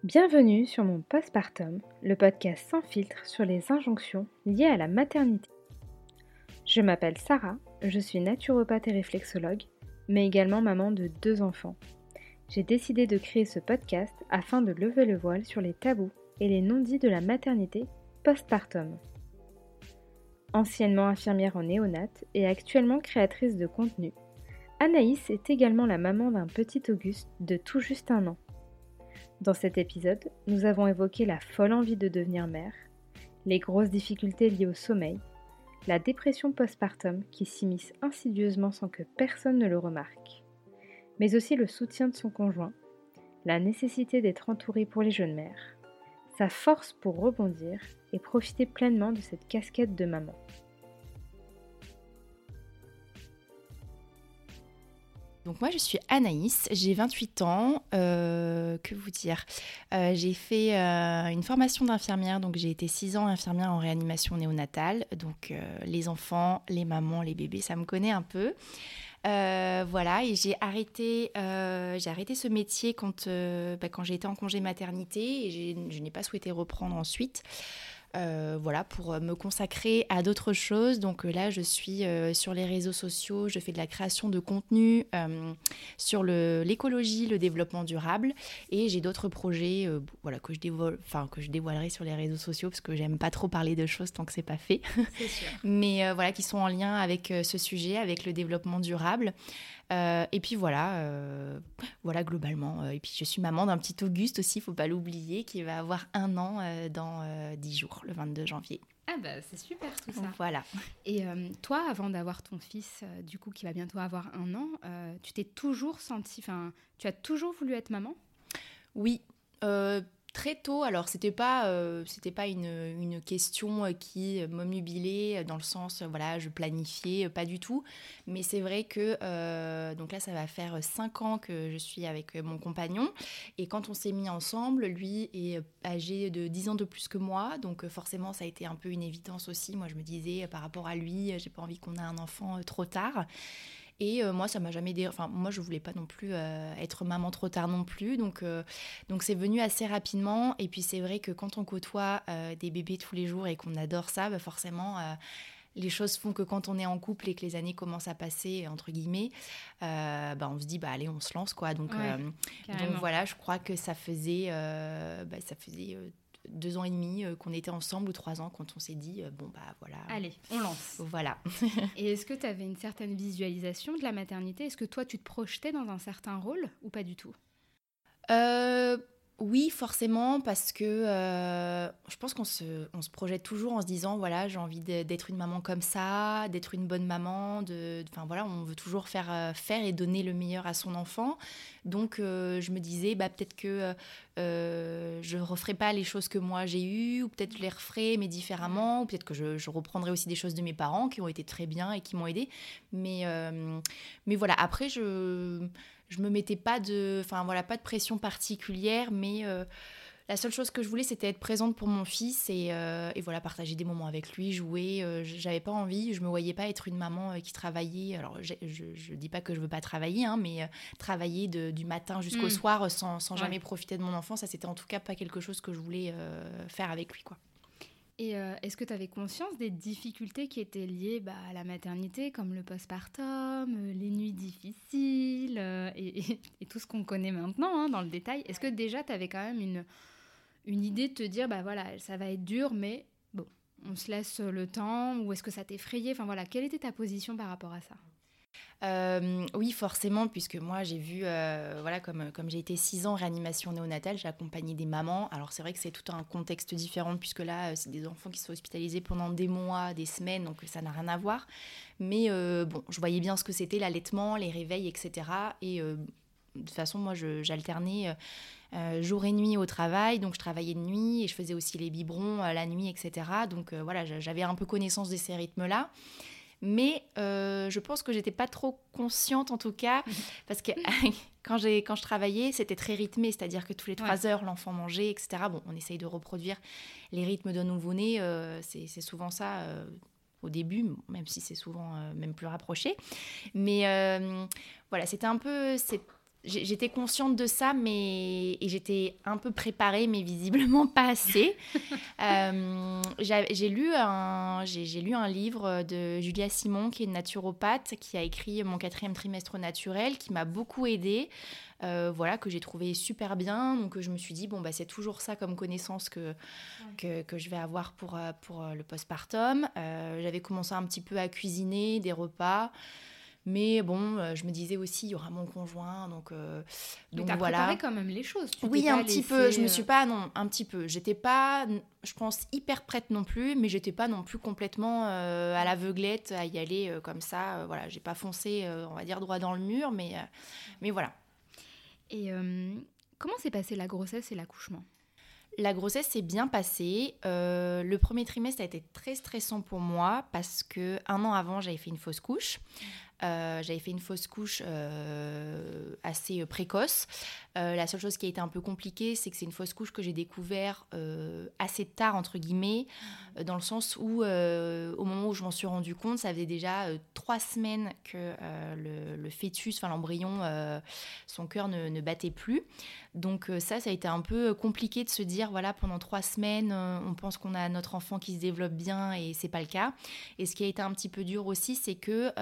Bienvenue sur mon postpartum, le podcast sans filtre sur les injonctions liées à la maternité. Je m'appelle Sarah, je suis naturopathe et réflexologue, mais également maman de 2 enfants. J'ai décidé de créer ce podcast afin de lever le voile sur les tabous et les non-dits de la maternité postpartum. Anciennement infirmière en néonat et actuellement créatrice de contenu, Anaïs est également la maman d'un petit Auguste de tout juste 1 an. Dans cet épisode, nous avons évoqué la folle envie de devenir mère, les grosses difficultés liées au sommeil, la dépression postpartum qui s'immisce insidieusement sans que personne ne le remarque, mais aussi le soutien de son conjoint, la nécessité d'être entourée pour les jeunes mères, sa force pour rebondir et profiter pleinement de cette casquette de maman. Donc moi je suis Anaïs, j'ai 28 ans, que vous dire, j'ai fait une formation d'infirmière, donc j'ai été 6 ans infirmière en réanimation néonatale, donc les enfants, les mamans, les bébés, ça me connaît un peu. Voilà, et j'ai arrêté ce métier quand j'ai été en congé maternité et je n'ai pas souhaité reprendre ensuite. Voilà, pour me consacrer à d'autres choses. Donc là, je suis sur les réseaux sociaux, je fais de la création de contenu sur l'écologie, le développement durable. Et j'ai d'autres projets que je dévoilerai sur les réseaux sociaux parce que j'aime pas trop parler de choses tant que c'est pas fait. C'est sûr. Mais voilà, qui sont en lien avec ce sujet, avec le développement durable. Et puis voilà globalement. Et puis je suis maman d'un petit Auguste aussi, faut pas l'oublier, qui va avoir 1 an dans 10 jours, le 22 janvier. Ah bah c'est super tout ça. Donc, voilà. Et toi, avant d'avoir ton fils, du coup, qui va bientôt avoir 1 an, tu t'es toujours sentie, tu as toujours voulu être maman ? Oui, très tôt. Alors c'était pas une question qui m'omnubilait dans le sens voilà, je planifiais pas du tout, mais c'est vrai que donc là ça va faire 5 ans que je suis avec mon compagnon, et quand on s'est mis ensemble, lui est âgé de 10 ans de plus que moi, donc forcément ça a été un peu une évidence aussi. Moi je me disais par rapport à lui, j'ai pas envie qu'on ait un enfant trop tard. Et moi, ça m'a jamais moi, je voulais pas non plus être maman trop tard non plus. Donc c'est venu assez rapidement. Et puis, c'est vrai que quand on côtoie des bébés tous les jours et qu'on adore ça, forcément, les choses font que quand on est en couple et que les années commencent à passer, entre guillemets, on se dit, allez, on se lance, quoi. Donc voilà, je crois que ça faisait 2 ans et demi qu'on était ensemble, ou 3 ans, quand on s'est dit voilà. Allez, on lance. Voilà. Et est-ce que tu avais une certaine visualisation de la maternité ? Est-ce que toi, tu te projetais dans un certain rôle ou pas du tout ? Oui, forcément, parce que je pense qu'on se projette toujours en se disant, voilà, j'ai envie d'être une maman comme ça, d'être une bonne maman, voilà, on veut toujours faire et donner le meilleur à son enfant. Donc, je me disais, peut-être que je referai pas les choses que moi j'ai eues, ou peut-être je les referai, mais différemment, ou peut-être que je reprendrai aussi des choses de mes parents qui ont été très bien et qui m'ont aidée. Mais voilà, après, je me mettais pas de pression particulière, mais la seule chose que je voulais, c'était être présente pour mon fils et voilà, partager des moments avec lui, jouer. J'avais pas envie, je me voyais pas être une maman qui travaillait. Alors, je dis pas que je veux pas travailler, hein, mais travailler du matin jusqu'au soir sans jamais profiter de mon enfant, ça c'était en tout cas pas quelque chose que je voulais faire avec lui, quoi. Et est-ce que tu avais conscience des difficultés qui étaient liées à la maternité, comme le postpartum, les nuits difficiles et tout ce qu'on connaît maintenant dans le détail ? Est-ce que déjà tu avais quand même une idée de te dire, voilà, ça va être dur, mais bon, on se laisse le temps, ou est-ce que ça t'effrayait ? Enfin voilà, quelle était ta position par rapport à ça ? Oui, forcément, puisque moi j'ai vu, comme j'ai été 6 ans en réanimation néonatale, j'ai accompagné des mamans. Alors c'est vrai que c'est tout un contexte différent, puisque là c'est des enfants qui sont hospitalisés pendant des mois, des semaines, donc ça n'a rien à voir. Mais je voyais bien ce que c'était l'allaitement, les réveils, etc. Et de toute façon, moi j'alternais jour et nuit au travail, donc je travaillais de nuit et je faisais aussi les biberons la nuit, etc. Donc voilà, j'avais un peu connaissance de ces rythmes-là. Mais je pense que j'étais pas trop consciente, en tout cas, parce que quand je travaillais, c'était très rythmé, c'est-à-dire que tous les 3 heures, l'enfant mangeait, etc. Bon, on essaye de reproduire les rythmes d'un nouveau-né, c'est souvent ça au début, même si c'est souvent même plus rapproché. Mais voilà, c'était un peu j'étais consciente de ça, et j'étais un peu préparée, mais visiblement pas assez. J'ai lu un livre de Julia Simon, qui est une naturopathe, qui a écrit Mon 4e trimestre naturel, qui m'a beaucoup aidée, que j'ai trouvé super bien. Donc je me suis dit, c'est toujours ça comme connaissance que je vais avoir pour le postpartum. J'avais commencé un petit peu à cuisiner des repas. Mais je me disais aussi, il y aura mon conjoint, donc t'as préparé quand même les choses. Oui, un petit peu. Je me suis pas, non, un petit peu. J'étais pas, je pense, hyper prête non plus, mais j'étais pas non plus complètement à l'aveuglette à y aller comme ça. Voilà, j'ai pas foncé, on va dire, droit dans le mur, mais voilà. Et comment s'est passée la grossesse et l'accouchement ? La grossesse s'est bien passée. Le premier trimestre a été très stressant pour moi parce que 1 an avant, j'avais fait une fausse couche. Assez précoce. La seule chose qui a été un peu compliquée, c'est que c'est une fausse couche que j'ai découvert assez tard, entre guillemets, dans le sens où, au moment où je m'en suis rendu compte, ça faisait déjà 3 semaines que le fœtus, enfin l'embryon, son cœur ne battait plus. Donc ça a été un peu compliqué de se dire, voilà, pendant 3 semaines, on pense qu'on a notre enfant qui se développe bien et c'est pas le cas. Et ce qui a été un petit peu dur aussi, c'est que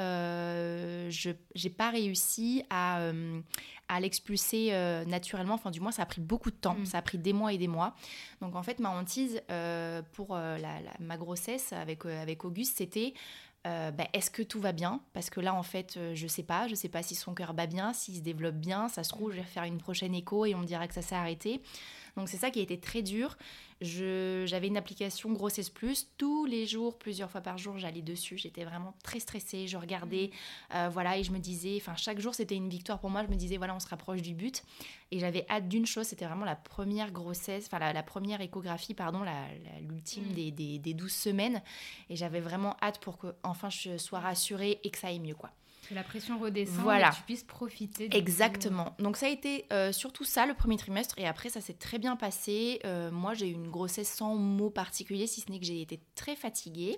j'ai pas réussi à l'expulser naturellement. Enfin, du moins, ça a pris beaucoup de temps. Ça a pris des mois et des mois. Donc, en fait, ma hantise pour ma grossesse avec Auguste, c'était est-ce que tout va bien ? Parce que là, en fait, je sais pas si son cœur bat bien, s'il se développe bien. Ça se trouve, je vais faire une prochaine écho et on me dira que ça s'est arrêté. Donc, c'est ça qui a été très dur. J'avais une application Grossesse Plus. Tous les jours, plusieurs fois par jour, j'allais dessus. J'étais vraiment très stressée. Je regardais, et je me disais... Enfin, chaque jour, c'était une victoire pour moi. Je me disais, voilà, on se rapproche du but. Et j'avais hâte d'une chose, c'était vraiment la première grossesse... Enfin, la première échographie, pardon, l'ultime des 12 semaines. Et j'avais vraiment hâte pour que, enfin, je sois rassurée et que ça aille mieux, quoi. Que la pression redescende voilà. Et que tu puisses profiter. Exactement. Donc ça a été surtout ça le premier trimestre et après ça s'est très bien passé. Moi j'ai eu une grossesse sans mots particuliers si ce n'est que j'ai été très fatiguée.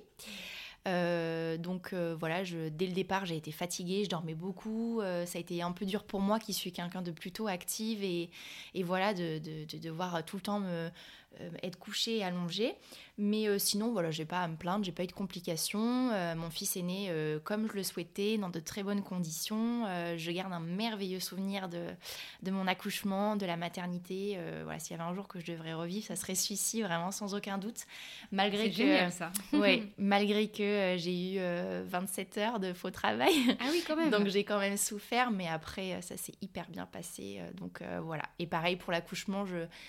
Dès le départ j'ai été fatiguée, je dormais beaucoup. Ça a été un peu dur pour moi qui suis quelqu'un de plutôt active et voilà de devoir tout le temps être couchée et allongée. Mais sinon, voilà, j'ai pas à me plaindre, j'ai pas eu de complications. Mon fils est né comme je le souhaitais, dans de très bonnes conditions. Je garde un merveilleux souvenir de mon accouchement, de la maternité. S'il y avait un jour que je devrais revivre, ça serait celui-ci, vraiment, sans aucun doute. C'est génial, ça. Oui, malgré que j'ai eu 27 heures de faux travail. Ah oui, quand même. Donc, j'ai quand même souffert, mais après, ça s'est hyper bien passé. Voilà. Et pareil, pour l'accouchement,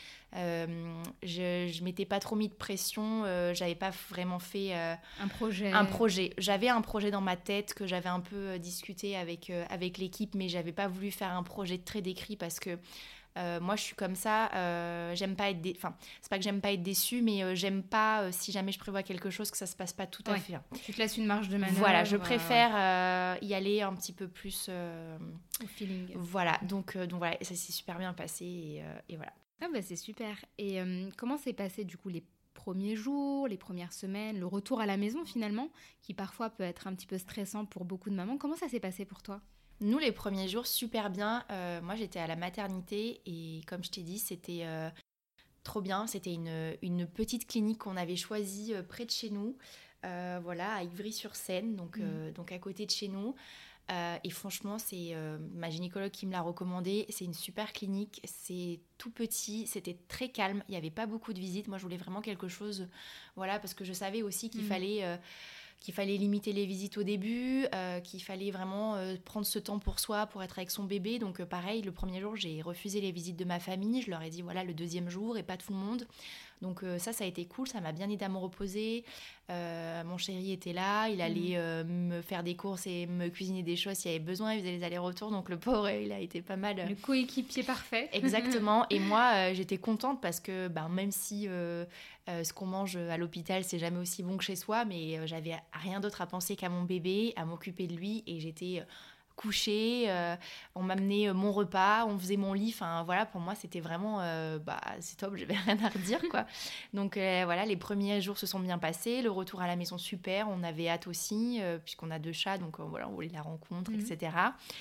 je m'étais pas trop mis de pression, j'avais pas vraiment fait un projet. J'avais un projet dans ma tête que j'avais un peu discuté avec l'équipe, mais j'avais pas voulu faire un projet très décrit parce que moi je suis comme ça, j'aime pas être enfin c'est pas que j'aime pas être déçue, mais j'aime pas si jamais je prévois quelque chose que ça se passe pas tout à fait. Tu te laisses une marge de manœuvre. Voilà, je préfère y aller un petit peu plus au feeling. Voilà, donc voilà, ça s'est super bien passé et voilà. Ah bah c'est super. Et comment s'est passé du coup les premiers jours, les premières semaines, le retour à la maison finalement, qui parfois peut être un petit peu stressant pour beaucoup de mamans. Comment ça s'est passé pour toi ? Nous, les premiers jours, super bien. Moi, j'étais à la maternité et comme je t'ai dit, c'était trop bien. C'était une petite clinique qu'on avait choisie près de chez nous, à Ivry-sur-Seine, donc à côté de chez nous. Et franchement, c'est ma gynécologue qui me l'a recommandé. C'est une super clinique, c'est tout petit, c'était très calme. Il n'y avait pas beaucoup de visites. Moi, je voulais vraiment quelque chose, parce que je savais aussi qu'il fallait limiter les visites au début, qu'il fallait vraiment prendre ce temps pour soi, pour être avec son bébé. Donc pareil, le premier jour, j'ai refusé les visites de ma famille. Je leur ai dit, voilà, le deuxième jour et pas tout le monde. Donc ça a été cool, ça m'a bien aidé à me reposer. Mon chéri était là, il allait me faire des courses et me cuisiner des choses s'il y avait besoin. Il faisait les allers-retours, donc le pauvre, il a été pas mal. Le coéquipier parfait. Exactement. Et moi, j'étais contente parce que même si ce qu'on mange à l'hôpital, c'est jamais aussi bon que chez soi, mais j'avais rien d'autre à penser qu'à mon bébé, à m'occuper de lui, et j'étais couchée, on m'amenait mon repas, on faisait mon lit, enfin voilà, pour moi c'était vraiment c'est top, j'avais rien à redire quoi. Donc les premiers jours se sont bien passés, le retour à la maison super, on avait hâte aussi puisqu'on a 2 chats, donc on voulait la rencontre, etc.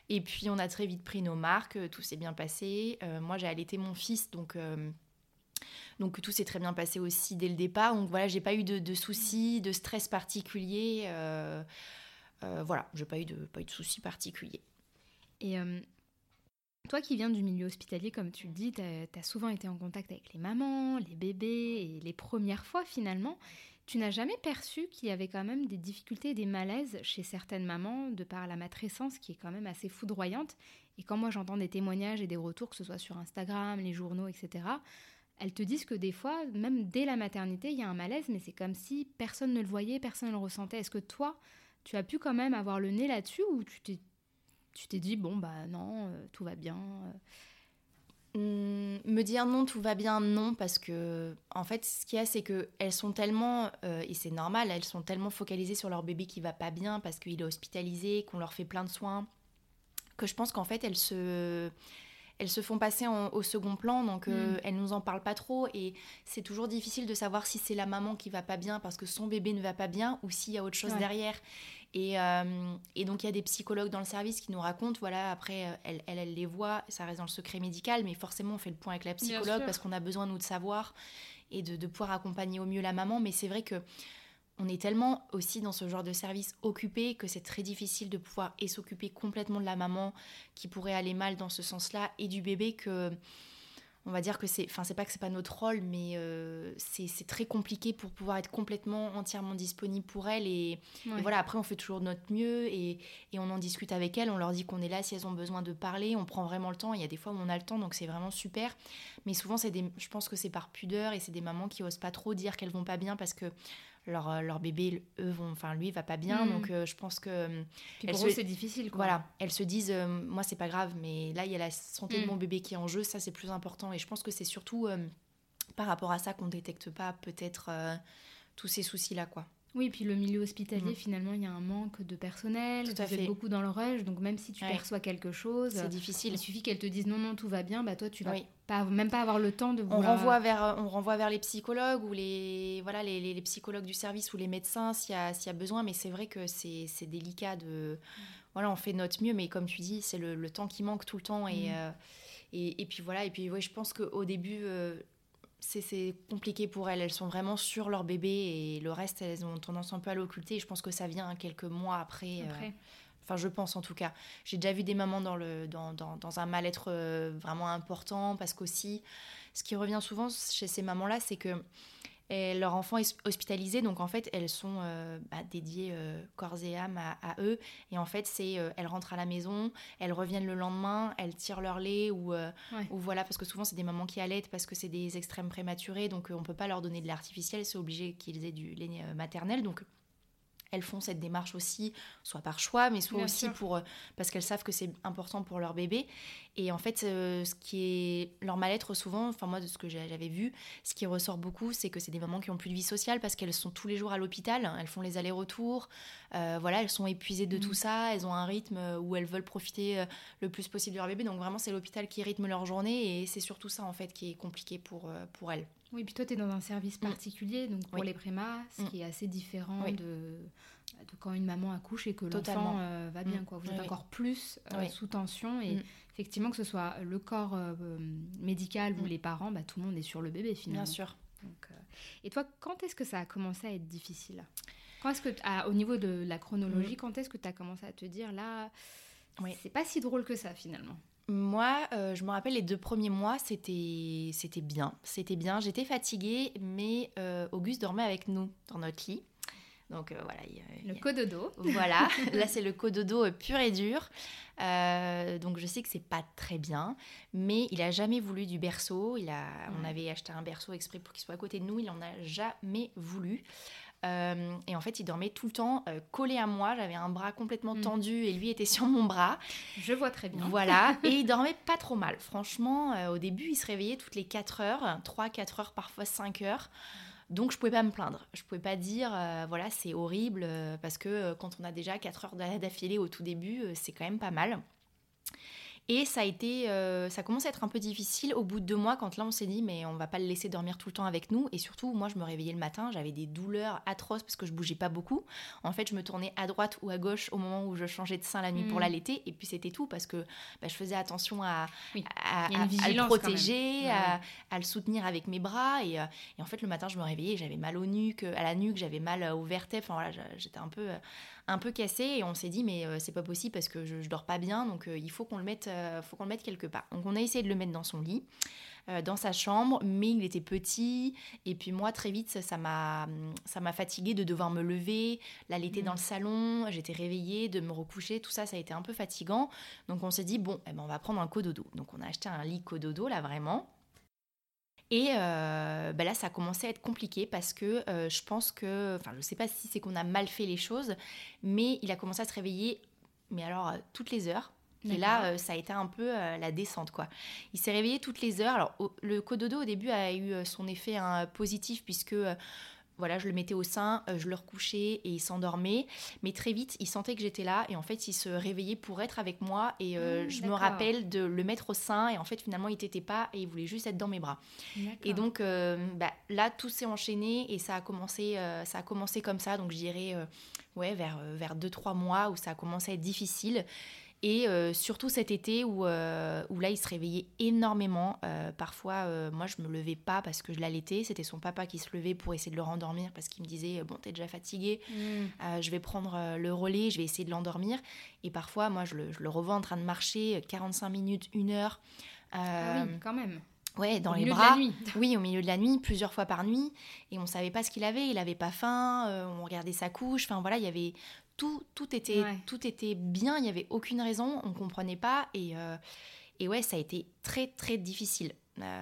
Et puis, on a très vite pris nos marques, tout s'est bien passé. Moi, j'ai allaité mon fils, donc tout s'est très bien passé aussi dès le départ. Donc voilà, j'ai pas eu de soucis, de stress particulier. Voilà, j'ai pas eu de soucis particuliers. Et toi qui viens du milieu hospitalier, comme tu le dis, t'as souvent été en contact avec les mamans, les bébés, et les premières fois finalement, tu n'as jamais perçu qu'il y avait quand même des difficultés et des malaises chez certaines mamans de par la matrescence qui est quand même assez foudroyante. Et quand moi j'entends des témoignages et des retours, que ce soit sur Instagram, les journaux, etc., elles te disent que des fois, même dès la maternité, il y a un malaise, mais c'est comme si personne ne le voyait, personne ne le ressentait. Est-ce que toi, tu as pu quand même avoir le nez là-dessus ou tu t'es dit, bon, bah non, tout va bien Me dire non, tout va bien, non, parce que, en fait, ce qu'il y a, c'est qu'elles sont tellement, et c'est normal, elles sont tellement focalisées sur leur bébé qui va pas bien parce qu'il est hospitalisé, qu'on leur fait plein de soins, que je pense qu'en fait, elles se font passer au second plan, donc elles nous en parlent pas trop, et c'est toujours difficile de savoir si c'est la maman qui va pas bien parce que son bébé ne va pas bien ou s'il y a autre chose derrière. Et donc il y a des psychologues dans le service qui nous racontent, voilà, après elles les voient, ça reste dans le secret médical, mais forcément on fait le point avec la psychologue parce qu'on a besoin nous de savoir et de pouvoir accompagner au mieux la maman, mais c'est vrai que on est tellement aussi dans ce genre de service occupé que c'est très difficile de pouvoir et s'occuper complètement de la maman qui pourrait aller mal dans ce sens-là et du bébé que on va dire que c'est pas que c'est pas notre rôle, mais c'est très compliqué pour pouvoir être complètement entièrement disponible pour elle et voilà, après on fait toujours de notre mieux et on en discute avec elles, on leur dit qu'on est là si elles ont besoin de parler, on prend vraiment le temps, il y a des fois où on a le temps donc c'est vraiment super, mais souvent je pense que c'est par pudeur et c'est des mamans qui osent pas trop dire qu'elles vont pas bien parce que leur bébé, lui, va pas bien. Donc, je pense que... Puis pour eux, c'est difficile, quoi. Voilà. Elles se disent, moi, c'est pas grave, mais là, il y a la santé de mon bébé qui est en jeu. Ça, c'est plus important. Et je pense que c'est surtout par rapport à ça qu'on détecte pas peut-être tous ces soucis-là, quoi. Oui, puis le milieu hospitalier, finalement, il y a un manque de personnel. Tout à fait. Vous êtes beaucoup dans le rush. Donc, même si tu perçois quelque chose... C'est difficile. Il suffit qu'elles te disent non, tout va bien. Bah, toi, tu vas même pas avoir le temps de vouloir... On renvoie vers les psychologues ou les psychologues du service ou les médecins s'il y a besoin. Mais c'est vrai que c'est délicat de... Voilà, on fait notre mieux. Mais comme tu dis, c'est le temps qui manque tout le temps. Et puis voilà. Et puis, je pense qu'au début... c'est compliqué pour elles. Elles sont vraiment sur leur bébé et le reste, elles ont tendance un peu à l'occulter. Et je pense que ça vient quelques mois après. Enfin, je pense en tout cas. J'ai déjà vu des mamans dans un mal-être vraiment important parce qu'aussi, ce qui revient souvent chez ces mamans-là, c'est que leur enfant est hospitalisé, donc en fait elles sont dédiées corps et âme à eux, et en fait elles rentrent à la maison, elles reviennent le lendemain, elles tirent leur lait ou voilà, parce que souvent c'est des mamans qui allaitent parce que c'est des extrêmes prématurés, donc on peut pas leur donner de lait artificiel, c'est obligé qu'ils aient du lait maternel, donc elles font cette démarche aussi, soit par choix, mais soit Bien aussi sûr. parce qu'elles savent que c'est important pour leur bébé. Et en fait, ce qui est leur mal-être souvent, enfin moi de ce que j'avais vu, ce qui ressort beaucoup, c'est que c'est des mamans qui ont plus de vie sociale parce qu'elles sont tous les jours à l'hôpital, elles font les allers-retours, voilà, elles sont épuisées de tout ça, elles ont un rythme où elles veulent profiter le plus possible de leur bébé. Donc vraiment, c'est l'hôpital qui rythme leur journée et c'est surtout ça en fait qui est compliqué pour elles. Oui, puis toi, tu es dans un service particulier, donc pour les prémas, ce qui est assez différent de quand une maman accouche et que l'enfant va bien, quoi. Vous êtes encore plus sous tension et effectivement, que ce soit le corps médical ou les parents, tout le monde est sur le bébé finalement. Bien sûr. Donc, et toi, quand est-ce que ça a commencé à être difficile ? Quand est-ce que, au niveau de la chronologie, quand est-ce que tu as commencé à te dire là, c'est pas si drôle que ça finalement ? Moi, je me rappelle les 2 premiers mois, c'était bien. C'était bien. J'étais fatiguée, mais Auguste dormait avec nous dans notre lit. Donc voilà. Le cododo. Voilà. Là, c'est le cododo pur et dur. Donc je sais que c'est pas très bien, mais il a jamais voulu du berceau. On avait acheté un berceau exprès pour qu'il soit à côté de nous. Il en a jamais voulu. Et en fait, il dormait tout le temps collé à moi. J'avais un bras complètement tendu et lui était sur mon bras. Je vois très bien. Voilà, et il dormait pas trop mal. Franchement, au début, il se réveillait toutes les 4 heures, 3-4 heures, parfois 5 heures. Donc, je pouvais pas me plaindre. Je pouvais pas dire, voilà, c'est horrible, parce que quand on a déjà 4 heures d'affilée au tout début, c'est quand même pas mal. Et ça commence à être un peu difficile au bout de 2 mois, quand là on s'est dit mais on va pas le laisser dormir tout le temps avec nous. Et surtout, moi je me réveillais le matin, j'avais des douleurs atroces parce que je bougeais pas beaucoup. En fait, je me tournais à droite ou à gauche au moment où je changeais de sein la nuit pour l'allaiter. Et puis c'était tout, parce que je faisais attention à le protéger, à le soutenir avec mes bras. Et en fait, le matin, je me réveillais, j'avais mal à la nuque, j'avais mal au vertèbre. Enfin voilà, j'étais un peu cassée. Et on s'est dit mais c'est pas possible parce que je dors pas bien, donc il faut qu'on le mette quelque part. Donc on a essayé de le mettre dans son lit, dans sa chambre, mais il était petit. Et puis moi, très vite, ça m'a fatiguée de devoir me lever, l'allaiter dans le salon. J'étais réveillée, de me recoucher, tout ça, ça a été un peu fatigant. Donc on s'est dit bon, on va prendre un cododo. Donc on a acheté un lit cododo là, vraiment. Et là, ça a commencé à être compliqué parce que je pense que, enfin, je sais pas si c'est qu'on a mal fait les choses, mais il a commencé à se réveiller, mais alors toutes les heures. Et là, ça a été un peu la descente, quoi. Il s'est réveillé toutes les heures. Alors, le cododo, au début, a eu son effet positif puisque... voilà, je le mettais au sein, je le recouchais et il s'endormait. Mais très vite, il sentait que j'étais là et en fait, il se réveillait pour être avec moi. Et je me rappelle de le mettre au sein et en fait, finalement, il t'était pas et il voulait juste être dans mes bras. Et donc, là, tout s'est enchaîné et ça a commencé comme ça. Donc, je dirais, vers 2-3 mois où ça a commencé à être difficile. Et surtout cet été où là, il se réveillait énormément. Parfois, moi, je me levais pas parce que je l'allaitais. C'était son papa qui se levait pour essayer de le rendormir parce qu'il me disait « Bon, t'es déjà fatigué, je vais prendre le relais, je vais essayer de l'endormir. » Et parfois, moi, je le revois en train de marcher 45 minutes, 1 heure. Ah oui, quand même. Ouais, dans au les milieu bras. De la nuit. Oui, au milieu de la nuit, plusieurs fois par nuit. Et on savait pas ce qu'il avait. Il avait pas faim. On regardait sa couche. Enfin, voilà, il y avait... Tout était bien, il n'y avait aucune raison, on ne comprenait pas. Et ouais, ça a été très, très difficile.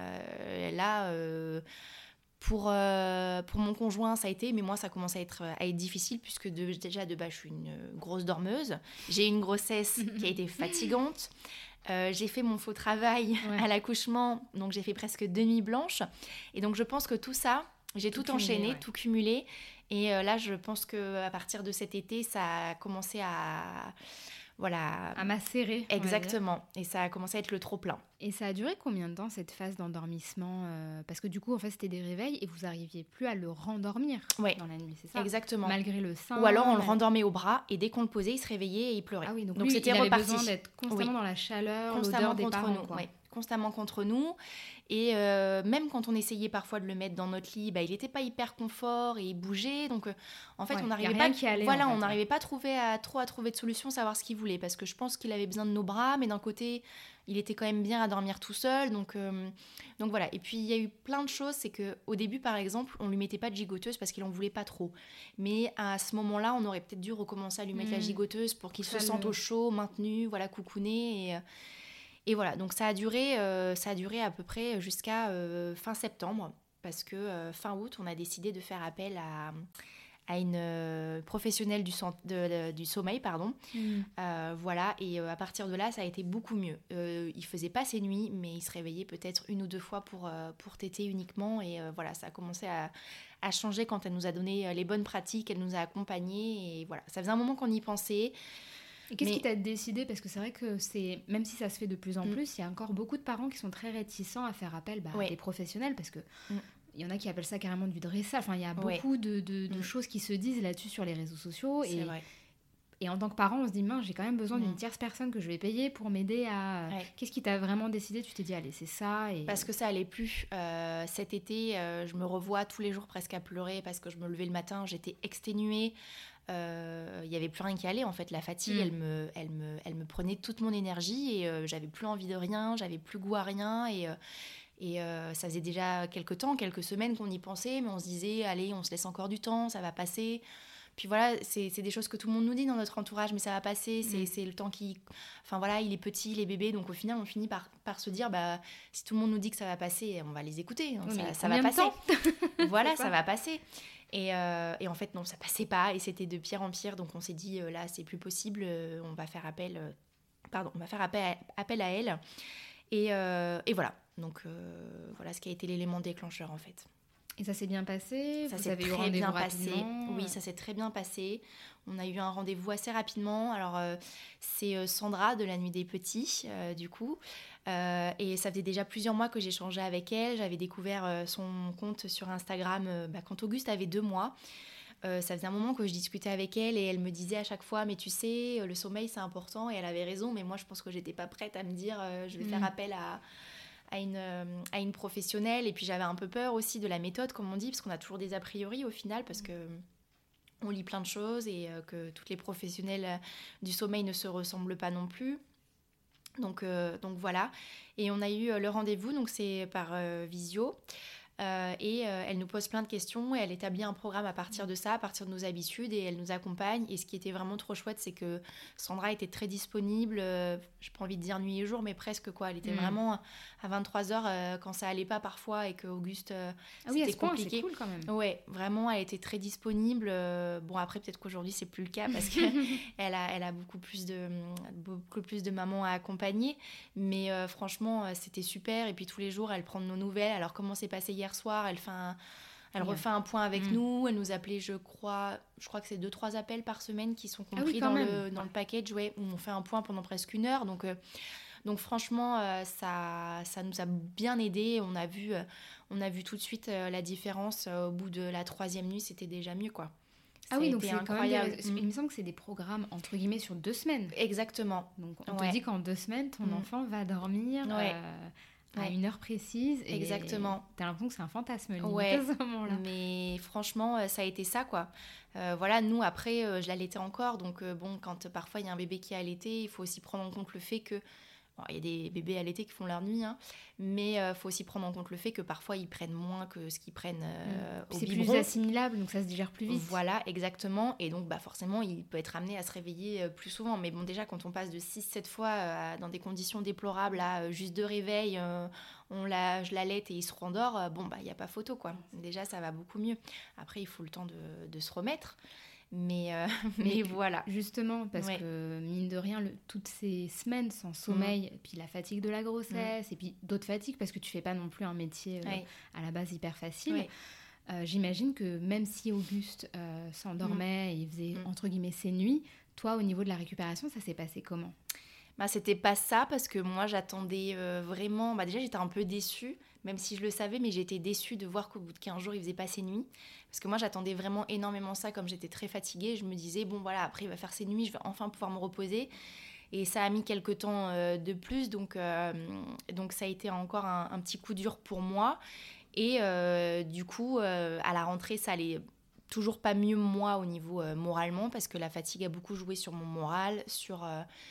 Pour mon conjoint, ça a été, mais moi, ça commence à être difficile puisque déjà, de base, je suis une grosse dormeuse. J'ai eu une grossesse qui a été fatigante. J'ai fait mon faux travail à l'accouchement, donc j'ai fait presque 2 nuits blanches. Et donc, je pense que tout ça, j'ai tout enchaîné, tout cumulé. Et là, je pense qu'à partir de cet été, ça a commencé à macérer. Exactement. Et ça a commencé à être le trop-plein. Et ça a duré combien de temps, cette phase d'endormissement parce que du coup, en fait, c'était des réveils et vous n'arriviez plus à le rendormir dans la nuit, c'est ça? Exactement. Malgré le sein. Ou alors, on le rendormait au bras et dès qu'on le posait, il se réveillait et il pleurait. Ah oui, donc lui, c'était il avait besoin d'être constamment dans la chaleur, constamment l'odeur des contre parents, nous. quoi. Constamment contre nous. Et même quand on essayait parfois de le mettre dans notre lit, il n'était pas hyper confort et il bougeait. Donc, en fait, on n'arrivait pas, on n'arrivait pas à trouver de solution, savoir ce qu'il voulait. Parce que je pense qu'il avait besoin de nos bras, mais d'un côté, il était quand même bien à dormir tout seul. Donc voilà. Et puis, il y a eu plein de choses. C'est qu'au début, par exemple, on ne lui mettait pas de gigoteuse parce qu'il n'en voulait pas trop. Mais à ce moment-là, on aurait peut-être dû recommencer à lui mettre la gigoteuse pour qu'il se sente au chaud, maintenu, voilà, coucouné. Et voilà, donc ça a duré à peu près jusqu'à fin septembre, parce que fin août, on a décidé de faire appel à une professionnelle du sommeil, pardon. Voilà, et à partir de là, ça a été beaucoup mieux. Il faisait pas ses nuits, mais il se réveillait peut-être 1 ou 2 fois pour téter uniquement, et voilà, ça a commencé à changer quand elle nous a donné les bonnes pratiques, elle nous a accompagnés, et voilà, ça faisait un moment qu'on y pensait. Et qu'est-ce qui t'a décidé? Parce que c'est vrai que même si ça se fait de plus en plus, il y a encore beaucoup de parents qui sont très réticents à faire appel à des professionnels, parce que il y en a qui appellent ça carrément du dressage. Enfin, il y a beaucoup de choses qui se disent là-dessus sur les réseaux sociaux. C'est vrai. Et en tant que parent, on se dit, mince, j'ai quand même besoin d'une tierce personne que je vais payer pour m'aider à... Qu'est-ce qui t'a vraiment décidé? Tu t'es dit, allez, c'est ça. Parce que ça allait plus. Cet été, je me revois tous les jours presque à pleurer parce que je me levais le matin, j'étais exténuée. Il n'y avait plus rien qui allait, en fait. La fatigue, elle me prenait toute mon énergie et j'avais plus envie de rien, j'avais plus goût à rien. Et ça faisait déjà quelques semaines qu'on y pensait, mais on se disait, allez, on se laisse encore du temps, ça va passer. Puis voilà, c'est des choses que tout le monde nous dit dans notre entourage, mais ça va passer, c'est le temps qui... Enfin voilà, il est petit, les bébés, donc au final, on finit par se dire, si tout le monde nous dit que ça va passer, on va les écouter, donc ça va passer. Voilà, ça va passer. Et en fait, non, ça passait pas, et c'était de pire en pire, donc on s'est dit, là, c'est plus possible, on va faire appel à elle. Et voilà, donc voilà ce qui a été l'élément déclencheur, en fait. Et ça s'est bien passé? Ça Vous s'est avez eu très rendez-vous bien passé. rapidement? Oui, ça s'est très bien passé. On a eu un rendez-vous assez rapidement. Alors, c'est Sandra de la Nuit des Petits, du coup. Et ça faisait déjà plusieurs mois que j'échangeais avec elle. J'avais découvert son compte sur Instagram quand Auguste avait 2 mois. Ça faisait un moment que je discutais avec elle et elle me disait à chaque fois, mais tu sais, le sommeil c'est important, et elle avait raison, mais moi je pense que j'étais pas prête à me dire je vais faire appel à une professionnelle. Et puis j'avais un peu peur aussi de la méthode, comme on dit, parce qu'on a toujours des a priori au final, parce que on lit plein de choses et que toutes les professionnels du sommeil ne se ressemblent pas non plus. Donc voilà. Et on a eu le rendez-vous, donc c'est par visio. Elle nous pose plein de questions et elle établit un programme à partir de ça, à partir de nos habitudes, et elle nous accompagne. Et ce qui était vraiment trop chouette, c'est que Sandra était très disponible, j'ai pas envie de dire nuit et jour, mais presque quoi. Elle était vraiment à 23h quand ça allait pas parfois et que Auguste c'était compliqué. C'est cool quand même. Ouais, vraiment, elle était très disponible. Bon, après peut-être qu'aujourd'hui c'est plus le cas parce que elle a beaucoup plus de mamans à accompagner, mais franchement c'était super. Et puis tous les jours elle prend de nos nouvelles. Alors comment s'est passé hier soir, elle refait un point avec nous. Elle nous appelait, je crois que c'est 2-3 appels par semaine qui sont compris dans le package, où on fait un point pendant presque 1 heure. Donc franchement, ça nous a bien aidé. On a vu tout de suite la différence. Au bout de la 3e nuit, c'était déjà mieux, quoi. Donc c'est incroyable. Il me semble que c'est des programmes entre guillemets sur 2 semaines. Exactement. Donc on te dit qu'en 2 semaines, ton enfant va dormir à une heure précise. Et exactement. T'as l'impression que c'est un fantasme à ce moment-là. Mais franchement, ça a été ça, quoi. Voilà, nous, après, je l'allaitais encore. Donc quand parfois il y a un bébé qui est allaité, il faut aussi prendre en compte le fait que... Bon, il y a des bébés allaités qui font leur nuit, mais il faut aussi prendre en compte le fait que parfois ils prennent moins que ce qu'ils prennent au biberon. C'est plus assimilable, donc ça se digère plus vite. Voilà, exactement. Et donc forcément, il peut être amené à se réveiller plus souvent. Mais bon, déjà, quand on passe de 6-7 fois dans des conditions déplorables à juste 2 réveils, je l'allaite et il se rendort, il n'y a pas photo, quoi. Déjà, ça va beaucoup mieux. Après, il faut le temps de se remettre. Mais voilà. Justement, parce que mine de rien, toutes ces semaines sans sommeil, et puis la fatigue de la grossesse, et puis d'autres fatigues, parce que tu fais pas non plus un métier à la base hyper facile. J'imagine que même si Auguste s'endormait et il faisait entre guillemets ses nuits, toi, au niveau de la récupération, ça s'est passé comment ? C'était pas ça, parce que moi j'attendais vraiment... déjà j'étais un peu déçue, même si je le savais, mais j'étais déçue de voir qu'au bout de 15 jours il faisait pas ses nuits, parce que moi j'attendais vraiment énormément ça. Comme j'étais très fatiguée, je me disais après il va faire ses nuits, je vais enfin pouvoir me reposer. Et ça a mis quelques temps de plus, donc ça a été encore un petit coup dur pour moi. Et du coup à la rentrée ça allait toujours pas mieux, moi, au niveau moralement, parce que la fatigue a beaucoup joué sur mon moral, sur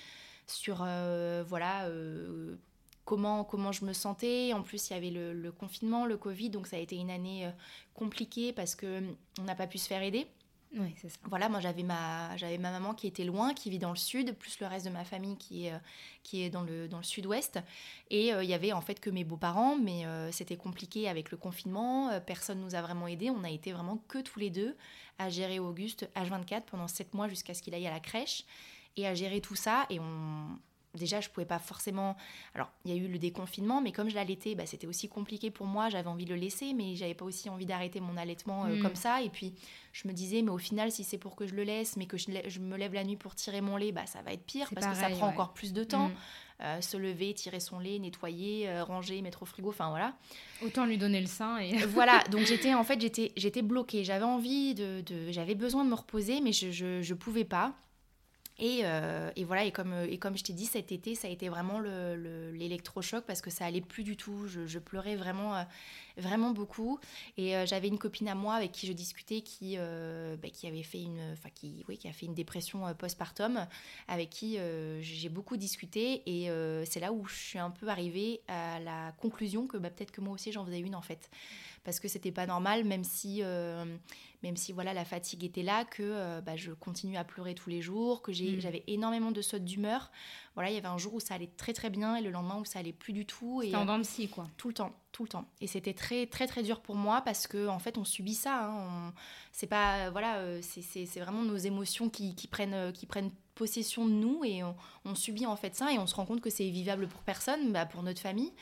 comment je me sentais. En plus, il y avait le confinement, le Covid, donc ça a été une année compliquée parce qu'on n'a pas pu se faire aider. Oui, c'est ça. Voilà, moi j'avais ma maman qui était loin, qui vit dans le sud, plus le reste de ma famille qui est dans le sud-ouest. Et il y avait en fait que mes beaux-parents, mais c'était compliqué avec le confinement. Personne nous a vraiment aidés. On a été vraiment que tous les deux à gérer Auguste H24 pendant 7 mois jusqu'à ce qu'il aille à la crèche. Et à gérer tout ça, et déjà je pouvais pas forcément... Alors il y a eu le déconfinement, mais comme je l'allaitais, c'était aussi compliqué pour moi. J'avais envie de le laisser, mais j'avais pas aussi envie d'arrêter mon allaitement comme ça. Et puis je me disais, mais au final, si c'est pour que je le laisse, mais que je me lève la nuit pour tirer mon lait, ça va être pire, parce que ça prend encore plus de temps. Se lever, tirer son lait, nettoyer, ranger, mettre au frigo, enfin voilà. Autant lui donner le sein et... Voilà, donc j'étais bloquée. J'avais envie j'avais besoin de me reposer, mais je pouvais pas. Et voilà, et comme je t'ai dit, cet été, ça a été vraiment l'électrochoc, parce que ça allait plus du tout. Je pleurais vraiment, vraiment beaucoup. Et j'avais une copine à moi avec qui je discutais qui avait fait qui a fait une dépression postpartum, avec qui j'ai beaucoup discuté. Et c'est là où je suis un peu arrivée à la conclusion que peut-être que moi aussi j'en faisais une, en fait. Parce que c'était pas normal, même si voilà, la fatigue était là, que je continue à pleurer tous les jours, que j'avais énormément de sautes d'humeur. Voilà, il y avait un jour où ça allait très très bien et le lendemain où ça allait plus du tout. C'était en dents de scie, quoi. Tout le temps. Et c'était très très très dur pour moi, parce que en fait on subit ça. C'est pas c'est vraiment nos émotions qui prennent possession de nous, et on subit en fait ça, et on se rend compte que c'est vivable pour personne, pour notre famille.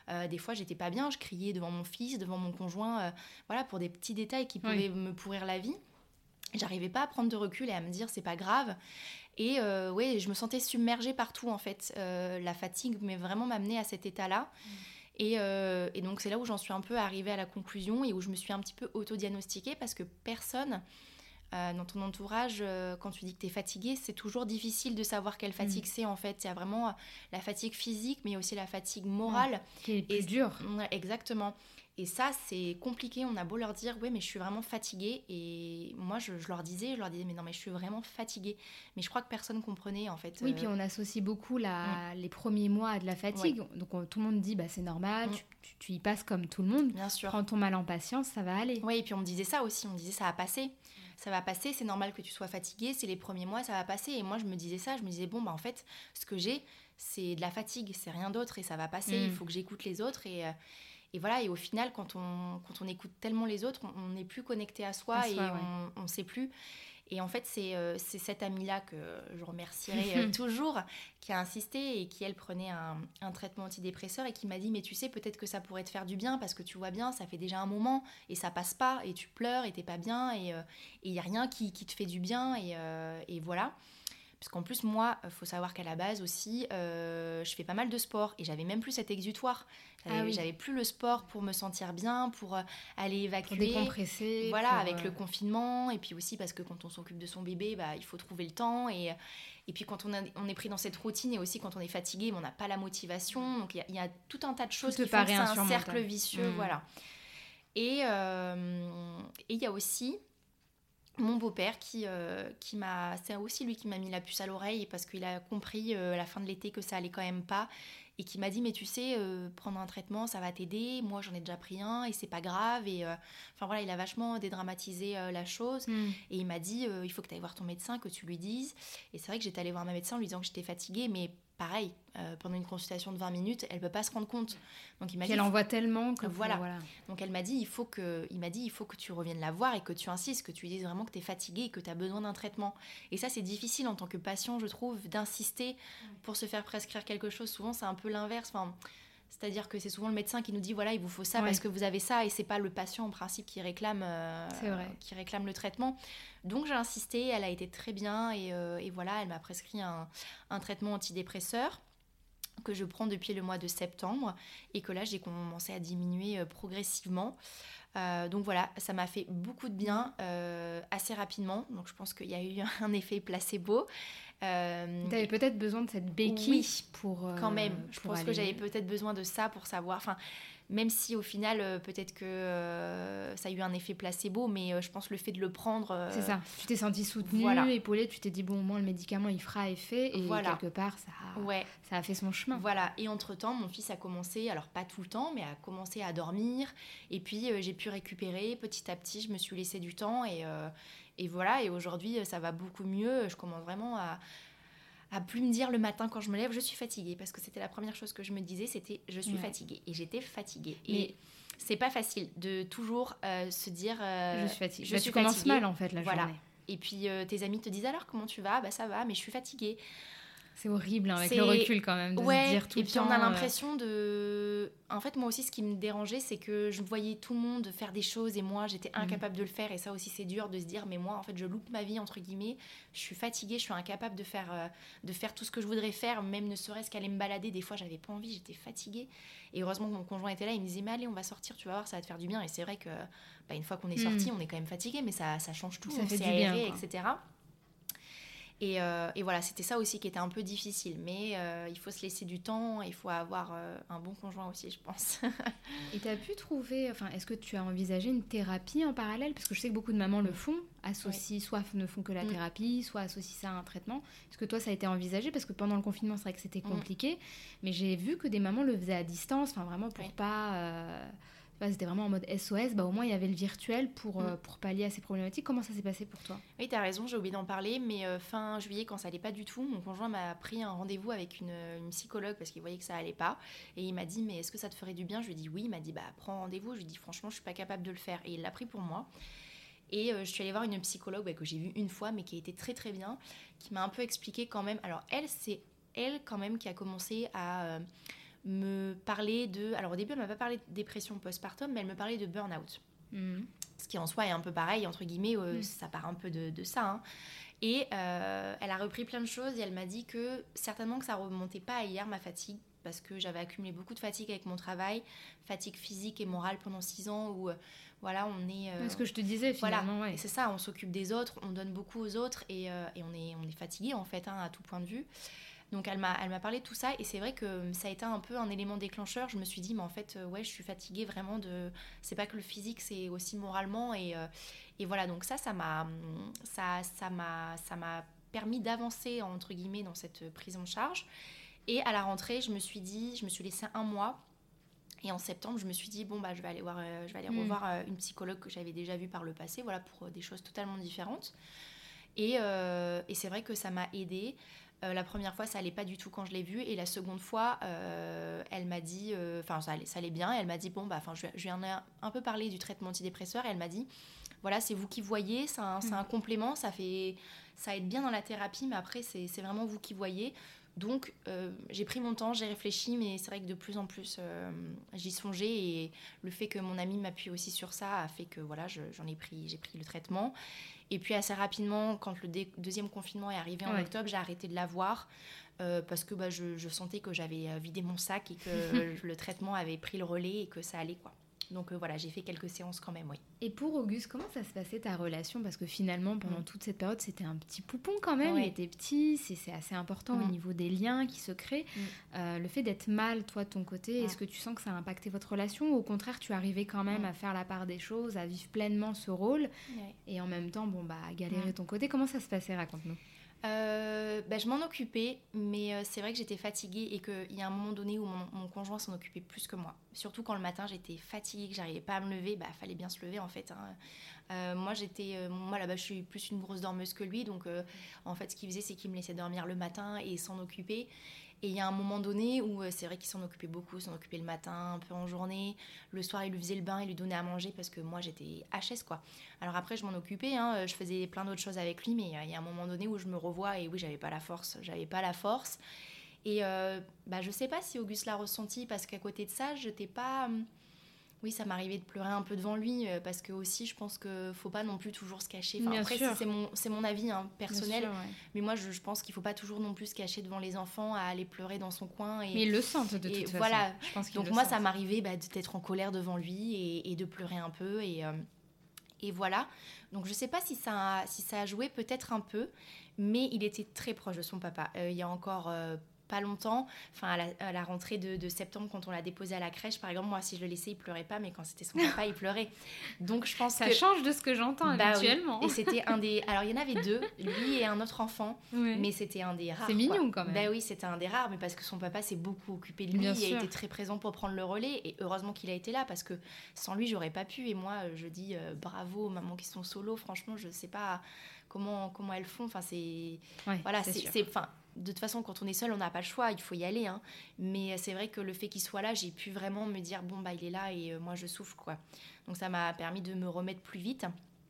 Des fois, j'étais pas bien, je criais devant mon fils, devant mon conjoint, voilà, pour des petits détails qui pouvaient me pourrir la vie. J'arrivais pas à prendre de recul et à me dire c'est pas grave. Et ouais, je me sentais submergée partout en fait. La fatigue mais vraiment m'amenait à cet état-là. Et donc c'est là où j'en suis un peu arrivée à la conclusion et où je me suis un petit peu auto-diagnostiquée parce que personne dans ton entourage, quand tu dis que tu es fatiguée, c'est toujours difficile de savoir quelle fatigue c'est en fait. Il y a vraiment la fatigue physique mais aussi la fatigue morale. Qui est plus dure. Ouais, exactement. Et ça, c'est compliqué. On a beau leur dire, oui, mais je suis vraiment fatiguée. Et moi, je leur disais, mais non, mais je suis vraiment fatiguée. Mais je crois que personne comprenait, en fait. Oui, puis on associe beaucoup les premiers mois à de la fatigue. Ouais. Donc tout le monde dit, bah, c'est normal, tu y passes comme tout le monde. Bien sûr. Prends ton mal en patience, ça va aller. Oui, et puis on me disait ça aussi. On me disait, ça va passer. Ça va passer, c'est normal que tu sois fatiguée. C'est les premiers mois, ça va passer. Et moi, je me disais ça. Je me disais, bon, bah, en fait, ce que j'ai, c'est de la fatigue. C'est rien d'autre et ça va passer. Il faut que j'écoute les autres. Et voilà, et au final, quand on écoute tellement les autres, on n'est plus connecté à soi on ne sait plus. Et en fait, c'est cette amie-là que je remercierai toujours, qui a insisté et qui, elle, prenait un traitement antidépresseur et qui m'a dit, mais tu sais, peut-être que ça pourrait te faire du bien parce que tu vois bien, ça fait déjà un moment et ça passe pas et tu pleures et t'es pas bien et il n'y a rien qui te fait du bien et voilà. Parce qu'en plus, moi, il faut savoir qu'à la base aussi, je fais pas mal de sport et j'avais même plus cet exutoire. J'avais plus le sport pour me sentir bien, pour aller évacuer. Pour décompresser. Voilà, avec le confinement. Et puis aussi parce que quand on s'occupe de son bébé, bah, il faut trouver le temps. Et puis quand on est pris dans cette routine et aussi quand on est fatigué, on n'a pas la motivation. Donc il y a tout un tas de choses qui font que c'est un cercle vicieux. Voilà. Et il y a aussi mon beau-père c'est aussi lui qui m'a mis la puce à l'oreille parce qu'il a compris à la fin de l'été que ça allait quand même pas et qui m'a dit mais tu sais prendre un traitement ça va t'aider, moi j'en ai déjà pris un et c'est pas grave et enfin voilà il a vachement dédramatisé la chose et il m'a dit il faut que tu ailles voir ton médecin, que tu lui dises et c'est vrai que j'étais allée voir ma médecin en lui disant que j'étais fatiguée mais pareil, pendant une consultation de 20 minutes, elle peut pas se rendre compte. Donc il m'a dit elle en voit tellement que voilà. Donc elle m'a dit il m'a dit il faut que tu reviennes la voir et que tu insistes, que tu lui dises vraiment que tu es fatiguée et que tu as besoin d'un traitement. Et ça c'est difficile en tant que patient, je trouve, d'insister pour se faire prescrire quelque chose. Souvent c'est un peu l'inverse. Enfin, c'est-à-dire que c'est souvent le médecin qui nous dit voilà, il vous faut ça parce que vous avez ça et c'est pas le patient en principe qui réclame le traitement. Donc j'ai insisté, elle a été très bien et voilà, elle m'a prescrit un traitement antidépresseur que je prends depuis le mois de septembre et que là j'ai commencé à diminuer progressivement. Donc voilà, ça m'a fait beaucoup de bien assez rapidement. Donc je pense qu'il y a eu un effet placebo. T'avais peut-être besoin de cette béquille pour... quand même, je pense que j'avais peut-être besoin de ça pour savoir... Enfin, même si au final, peut-être que ça a eu un effet placebo, mais je pense le fait de le prendre... C'est ça, tu t'es sentie soutenue, épaulée, tu t'es dit, bon, au moins le médicament, il fera effet, et quelque part, ça a fait son chemin. Voilà, et entre-temps, mon fils a commencé, alors pas tout le temps, mais a commencé à dormir, et puis j'ai pu récupérer petit à petit, je me suis laissé du temps, et voilà, et aujourd'hui, ça va beaucoup mieux, je commence vraiment à plus me dire le matin quand je me lève je suis fatiguée parce que c'était la première chose que je me disais, c'était je suis fatiguée et j'étais fatiguée et c'est pas facile de toujours se dire je suis fatiguée. Tu commences mal en fait la journée. Et puis tes amis te disent alors comment tu vas, bah ça va mais je suis fatiguée. C'est horrible avec le recul quand même de se dire tout le temps. Et puis on a l'impression de... En fait, moi aussi, ce qui me dérangeait, c'est que je voyais tout le monde faire des choses et moi, j'étais incapable de le faire. Et ça aussi, c'est dur de se dire, mais moi, en fait, je loupe ma vie, entre guillemets. Je suis fatiguée, je suis incapable de faire tout ce que je voudrais faire, même ne serait-ce qu'aller me balader. Des fois, j'avais pas envie, j'étais fatiguée. Et heureusement que mon conjoint était là, il me disait, mais allez, on va sortir, tu vas voir, ça va te faire du bien. Et c'est vrai que une fois qu'on est sorti, on est quand même fatigué, mais ça change tout, ça fait s'est du aéré, bien, etc. Et voilà, c'était ça aussi qui était un peu difficile. Mais il faut se laisser du temps, il faut avoir un bon conjoint aussi, je pense. Et tu as pu trouver... Enfin, est-ce que tu as envisagé une thérapie en parallèle ? Parce que je sais que beaucoup de mamans le font, associent, soit ne font que la thérapie, soit associent ça à un traitement. Est-ce que toi, ça a été envisagé ? Parce que pendant le confinement, c'est vrai que c'était compliqué. Mais j'ai vu que des mamans le faisaient à distance, enfin vraiment pour pas... c'était vraiment en mode SOS, au moins il y avait le virtuel pour pallier à ces problématiques. Comment ça s'est passé pour toi ? Oui, t'as raison, j'ai oublié d'en parler, mais fin juillet, quand ça allait pas du tout, mon conjoint m'a pris un rendez-vous avec une psychologue parce qu'il voyait que ça allait pas. Et il m'a dit, mais est-ce que ça te ferait du bien ? Je lui ai dit oui, il m'a dit, prends rendez-vous. Je lui ai dit, franchement, je suis pas capable de le faire. Et il l'a pris pour moi. Et je suis allée voir une psychologue que j'ai vue une fois, mais qui a été très très bien, qui m'a un peu expliqué quand même. Alors c'est elle quand même qui a commencé à me parlait de... Alors au début, elle m'a pas parlé de dépression postpartum, mais elle me parlait de burn-out. Ce qui en soi est un peu pareil, entre guillemets, ça part un peu de ça. Hein. Et elle a repris plein de choses et elle m'a dit que certainement que ça remontait pas à hier, ma fatigue, parce que j'avais accumulé beaucoup de fatigue avec mon travail, fatigue physique et morale pendant 6 ans où voilà, on est... ce que je te disais finalement, voilà, ouais. et c'est ça, on s'occupe des autres, on donne beaucoup aux autres et on est fatigué en fait, hein, à tout point de vue. Donc elle m'a parlé de tout ça et c'est vrai que ça a été un peu un élément déclencheur. Je me suis dit, mais en fait, ouais, je suis fatiguée vraiment de... C'est pas que le physique, c'est aussi moralement et voilà, donc ça m'a permis d'avancer entre guillemets dans cette prise en charge. Et à la rentrée, je me suis laissé 1 mois. Et en septembre, je me suis dit, bon, bah, je vais aller revoir une psychologue que j'avais déjà vue par le passé, voilà, pour des choses totalement différentes. Et c'est vrai que ça m'a aidée. La première fois, ça allait pas du tout quand je l'ai vue. Et la seconde fois, elle m'a dit... Enfin, ça allait bien. Et elle m'a dit, bon, bah, je lui en ai un peu parlé du traitement antidépresseur. Et elle m'a dit, voilà, c'est vous qui voyez. C'est un complément. Ça aide bien dans la thérapie. Mais après, c'est vraiment vous qui voyez. Donc, j'ai pris mon temps, j'ai réfléchi, mais c'est vrai que de plus en plus, j'y songeais et le fait que mon amie m'appuie aussi sur ça a fait que voilà, j'ai pris le traitement. Et puis assez rapidement, quand le deuxième confinement est arrivé en octobre, j'ai arrêté de la voir parce que bah, je sentais que j'avais vidé mon sac et que le traitement avait pris le relais et que ça allait, quoi. Donc voilà, j'ai fait quelques séances quand même, oui. Et pour Auguste, comment ça se passait ta relation ? Parce que finalement, pendant toute cette période, c'était un petit poupon quand même. Il était petit, c'est assez important au niveau des liens qui se créent. Le fait d'être mal, toi, de ton côté, est-ce que tu sens que ça a impacté votre relation ? Ou au contraire, tu arrivais quand même à faire la part des choses, à vivre pleinement ce rôle et en même temps, bon, bah, à galérer ton côté. Comment ça se passait ? Raconte-nous. Je m'en occupais, mais c'est vrai que j'étais fatiguée et qu'il y a un moment donné où mon conjoint s'en occupait plus que moi. Surtout quand le matin j'étais fatiguée, que j'arrivais pas à me lever, bah fallait bien se lever en fait. Hein. Moi là-bas je suis plus une grosse dormeuse que lui, donc en fait ce qu'il faisait c'est qu'il me laissait dormir le matin et s'en occuper. Et il y a un moment donné où c'est vrai qu'il s'en occupait beaucoup, s'en occupait le matin, un peu en journée. Le soir, il lui faisait le bain, il lui donnait à manger parce que moi, j'étais HS, quoi. Alors après, je m'en occupais, hein, je faisais plein d'autres choses avec lui, mais il y a un moment donné où je me revois et oui, j'avais pas la force. Et je sais pas si Auguste l'a ressenti parce qu'à côté de ça, j'étais pas... Oui, ça m'arrivait de pleurer un peu devant lui parce que aussi, je pense qu'il faut pas non plus toujours se cacher. Enfin, après, c'est mon avis personnel, sûr, mais moi, je pense qu'il faut pas toujours non plus se cacher devant les enfants, à aller pleurer dans son coin. Mais ils le sentent de toute façon. Voilà. Je pense donc moi, ça m'arrivait d'être en colère devant lui et de pleurer un peu et voilà. Donc je sais pas si ça a joué, peut-être un peu, mais il était très proche de son papa. Il y a encore pas longtemps, enfin à la rentrée de septembre, quand on l'a déposé à la crèche, par exemple, moi si je le laissais, il pleurait pas, mais quand c'était son papa, il pleurait. Donc je pense ça change de ce que j'entends habituellement. Oui. Et c'était alors il y en avait 2, lui et un autre enfant, mais c'était un des rares. C'est mignon quand même. Bah oui, c'était un des rares, mais parce que son papa s'est beaucoup occupé de lui, il a été très présent pour prendre le relais, et heureusement qu'il a été là, parce que sans lui, j'aurais pas pu. Et moi, je dis bravo aux mamans qui sont solo. Franchement, je sais pas comment elles font. Enfin, voilà, c'est de toute façon, quand on est seul, on n'a pas le choix, il faut y aller. Hein. Mais c'est vrai que le fait qu'il soit là, j'ai pu vraiment me dire, bon, bah, il est là et moi, je souffle, quoi. Donc, ça m'a permis de me remettre plus vite.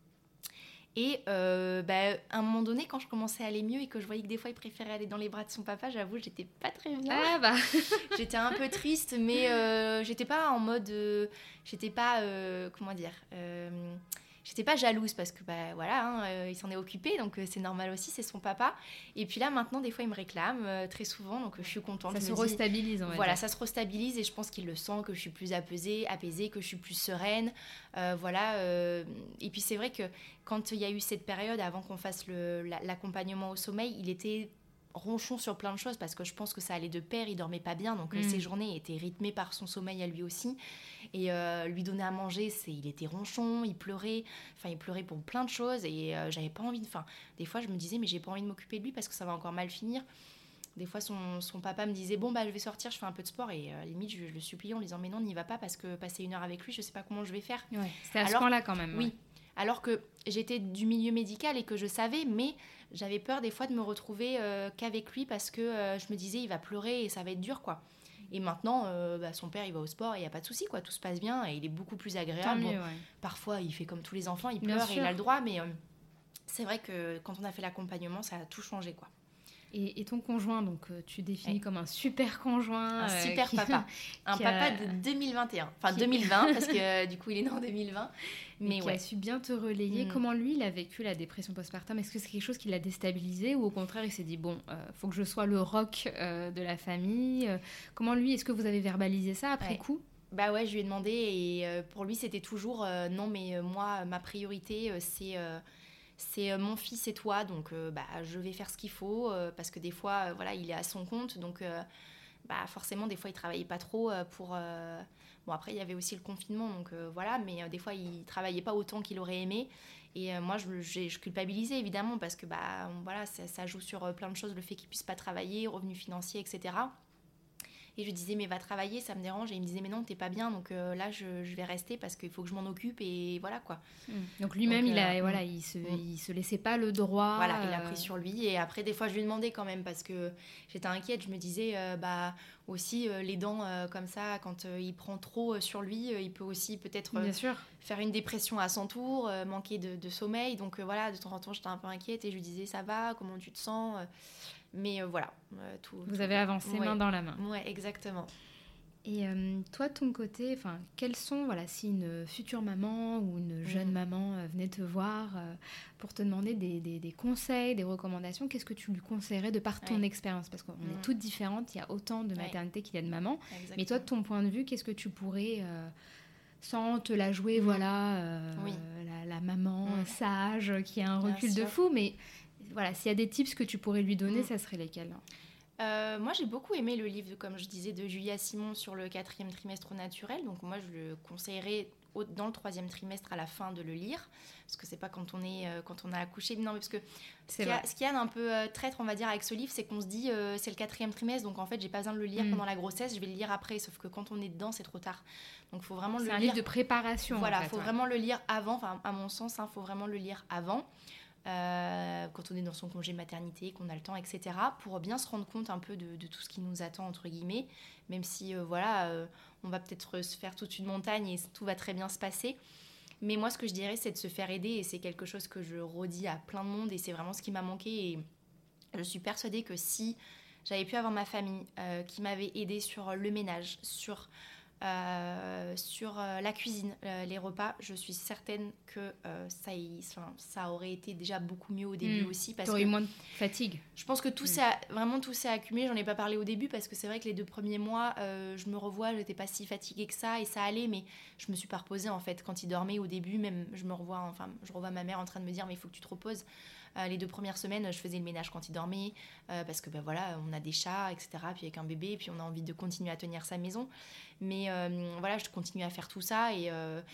Et à un moment donné, quand je commençais à aller mieux et que je voyais que des fois, il préférait aller dans les bras de son papa, j'avoue, j'étais pas très bien. Ah bah J'étais un peu triste, mais j'étais pas en mode... j'étais pas... comment dire j'étais pas jalouse parce que il s'en est occupé, donc c'est normal aussi, c'est son papa. Et puis là maintenant des fois il me réclame très souvent, donc je suis contente. Ça se restabilise, on va voilà, dire. ça se restabilise et je pense qu'il le sent, que je suis plus apaisée, que je suis plus sereine. Et puis c'est vrai que quand il y a eu cette période avant qu'on fasse l'accompagnement au sommeil, il était ronchon sur plein de choses parce que je pense que ça allait de pair, il dormait pas bien, donc ses journées étaient rythmées par son sommeil à lui aussi, et lui donner à manger, il était ronchon, il pleurait pour plein de choses, et j'avais pas envie des fois je me disais mais j'ai pas envie de m'occuper de lui parce que ça va encore mal finir. Des fois son papa me disait bon je vais sortir, je fais un peu de sport, et limite je le suppliais en lui disant mais non, n'y va pas parce que passer 1 heure avec lui je sais pas comment je vais faire. C'était à ce point-là quand même. Oui, alors que j'étais du milieu médical et que je savais, mais j'avais peur des fois de me retrouver qu'avec lui parce que je me disais il va pleurer et ça va être dur, quoi. Et maintenant son père il va au sport et il n'y a pas de souci, quoi, tout se passe bien et il est beaucoup plus agréable. Tant mieux, parfois il fait comme tous les enfants, il pleure et il a le droit, mais c'est vrai que quand on a fait l'accompagnement ça a tout changé, quoi. Et ton conjoint, donc tu définis comme un super conjoint. Un super papa. Un papa de 2021. Enfin, 2020, parce que du coup, il est né en 2020. Mais qui a su bien te relayer. Comment lui, il a vécu la dépression postpartum? Est-ce que c'est quelque chose qui l'a déstabilisé ou au contraire, il s'est dit, bon, faut que je sois le rock de la famille. Comment lui, est-ce que vous avez verbalisé ça après coup? Bah ouais, je lui ai demandé et pour lui, c'était toujours non, mais moi, ma priorité, c'est mon fils et toi, donc je vais faire ce qu'il faut parce que des fois, voilà, il est à son compte, donc forcément, des fois, il travaillait pas trop pour. Bon, après, il y avait aussi le confinement, donc voilà, mais des fois, il travaillait pas autant qu'il aurait aimé. Et moi, je culpabilisais évidemment parce que voilà, ça joue sur plein de choses, le fait qu'il puisse pas travailler, revenus financiers, etc. Et je lui disais, mais va travailler, ça me dérange. Et il me disait, mais non, t'es pas bien, donc là, je vais rester parce qu'il faut que je m'en occupe, et voilà, quoi. Donc lui-même, il se laissait pas le droit. Voilà, il a pris sur lui. Et après, des fois, je lui demandais quand même, parce que j'étais inquiète. Je me disais, aussi, les dents, comme ça, quand il prend trop sur lui, il peut aussi peut-être faire une dépression à son tour, manquer de sommeil. Donc voilà, de temps en temps, j'étais un peu inquiète et je lui disais, ça va, comment tu te sens? Mais voilà. Vous avez avancé main dans la main. Ouais, exactement. Et toi, de ton côté, quels sont, si une future maman ou une jeune maman venait te voir pour te demander des conseils, des recommandations, qu'est-ce que tu lui conseillerais de par ton expérience? Parce qu'on est toutes différentes, il y a autant de maternité qu'il y a de mamans. Exactement. Mais toi, de ton point de vue, qu'est-ce que tu pourrais, sans te la jouer, la maman sage qui a un recul de fou, mais voilà, s'il y a des tips que tu pourrais lui donner, ça serait lesquels? Moi, j'ai beaucoup aimé le livre, comme je disais, de Julia Simon sur le 4e trimestre naturel. Donc moi, je le conseillerais dans le 3e trimestre à la fin de le lire. Parce que c'est pas quand on a accouché. Non, mais parce que ce qu'il y a d'un peu traître, on va dire, avec ce livre, c'est qu'on se dit, c'est le 4e trimestre, donc en fait, j'ai pas besoin de le lire pendant la grossesse, je vais le lire après. Sauf que quand on est dedans, c'est trop tard. Donc faut vraiment le lire. C'est un livre de préparation. Voilà, faut vraiment le lire avant. Enfin, à mon sens, faut vraiment le lire avant. Quand on est dans son congé maternité, qu'on a le temps, etc., pour bien se rendre compte un peu de tout ce qui nous attend, entre guillemets, même si on va peut-être se faire toute une montagne et tout va très bien se passer. Mais moi, ce que je dirais, c'est de se faire aider, et c'est quelque chose que je redis à plein de monde, et c'est vraiment ce qui m'a manqué. Et je suis persuadée que si j'avais pu avoir ma famille qui m'avait aidée sur le ménage, sur la cuisine, les repas, je suis certaine que ça aurait été déjà beaucoup mieux au début aussi. T'aurais eu moins de fatigue. Je pense que tout s'est accumulé. J'en ai pas parlé au début parce que c'est vrai que les 2 premiers mois, je me revois, j'étais pas si fatiguée que ça et ça allait, mais je me suis pas reposée en fait. Quand il dormait au début, même je revois ma mère en train de me dire, mais il faut que tu te reposes. Les 2 premières semaines, je faisais le ménage quand il dormait parce que on a des chats, etc. Puis avec un bébé, puis on a envie de continuer à tenir sa maison. Mais je continue à faire tout ça et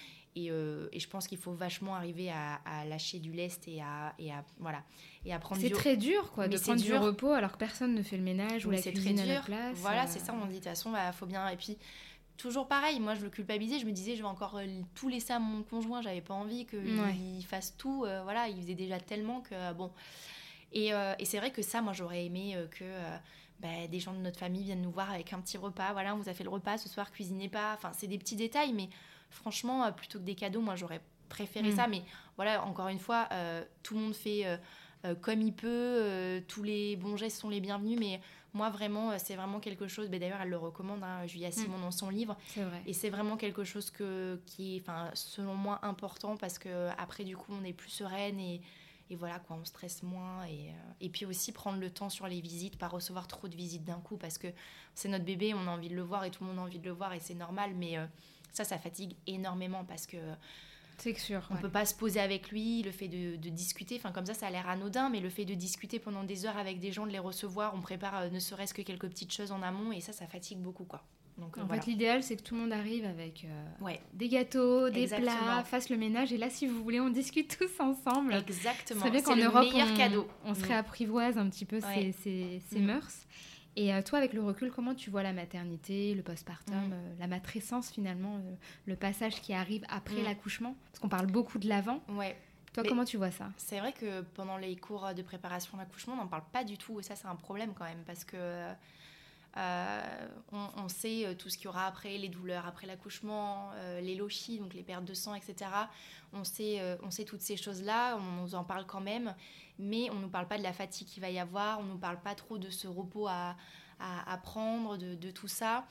je pense qu'il faut vachement arriver à lâcher du lest et à prendre c'est très dur de prendre du repos alors que personne ne fait le ménage ou la cuisine à la place. Voilà, c'est ça, on dit de toute façon, faut bien. Et puis toujours pareil, moi je le culpabilisais, je me disais je vais encore tout laisser à mon conjoint, j'avais pas envie qu'il fasse tout, il faisait déjà tellement que bon. Et c'est vrai que ça, moi j'aurais aimé que des gens de notre famille viennent nous voir avec un petit repas, voilà, on vous a fait le repas ce soir, cuisinez pas, enfin c'est des petits détails, mais franchement plutôt que des cadeaux, moi j'aurais préféré ça. Mais voilà, encore une fois, tout le monde fait comme il peut, tous les bons gestes sont les bienvenus, mais moi vraiment c'est vraiment quelque chose, d'ailleurs elle le recommande, Julia Simon dans son livre, c'est vrai. Et c'est vraiment quelque chose qui est selon moi important parce que après du coup on est plus sereine et voilà quoi, on stresse moins et puis aussi prendre le temps sur les visites, pas recevoir trop de visites d'un coup parce que c'est notre bébé, on a envie de le voir et tout le monde a envie de le voir et c'est normal, mais ça fatigue énormément parce que c'est sûr, on peut pas se poser avec lui, le fait de discuter, comme ça a l'air anodin, mais le fait de discuter pendant des heures avec des gens, de les recevoir, on prépare ne serait-ce que quelques petites choses en amont et ça fatigue beaucoup quoi. Donc, en fait, l'idéal, c'est que tout le monde arrive avec des gâteaux, des plats, fasse le ménage. Et là, si vous voulez, on discute tous ensemble. Exactement. C'est vrai qu'en Europe, on se réapprivoise un petit peu ces mœurs. Et toi, avec le recul, comment tu vois la maternité, le postpartum, la matrescence finalement, le passage qui arrive après l'accouchement? Parce qu'on parle beaucoup de l'avant. Ouais. Toi, comment tu vois ça? C'est vrai que pendant les cours de préparation à l'accouchement, on n'en parle pas du tout. Et ça, c'est un problème quand même parce que... On sait tout ce qu'il y aura après, les douleurs après l'accouchement, les lochies, donc les pertes de sang, etc. On sait toutes ces choses-là, on nous en parle quand même, mais on ne nous parle pas de la fatigue qu'il va y avoir, on ne nous parle pas trop de ce repos à prendre, de tout ça.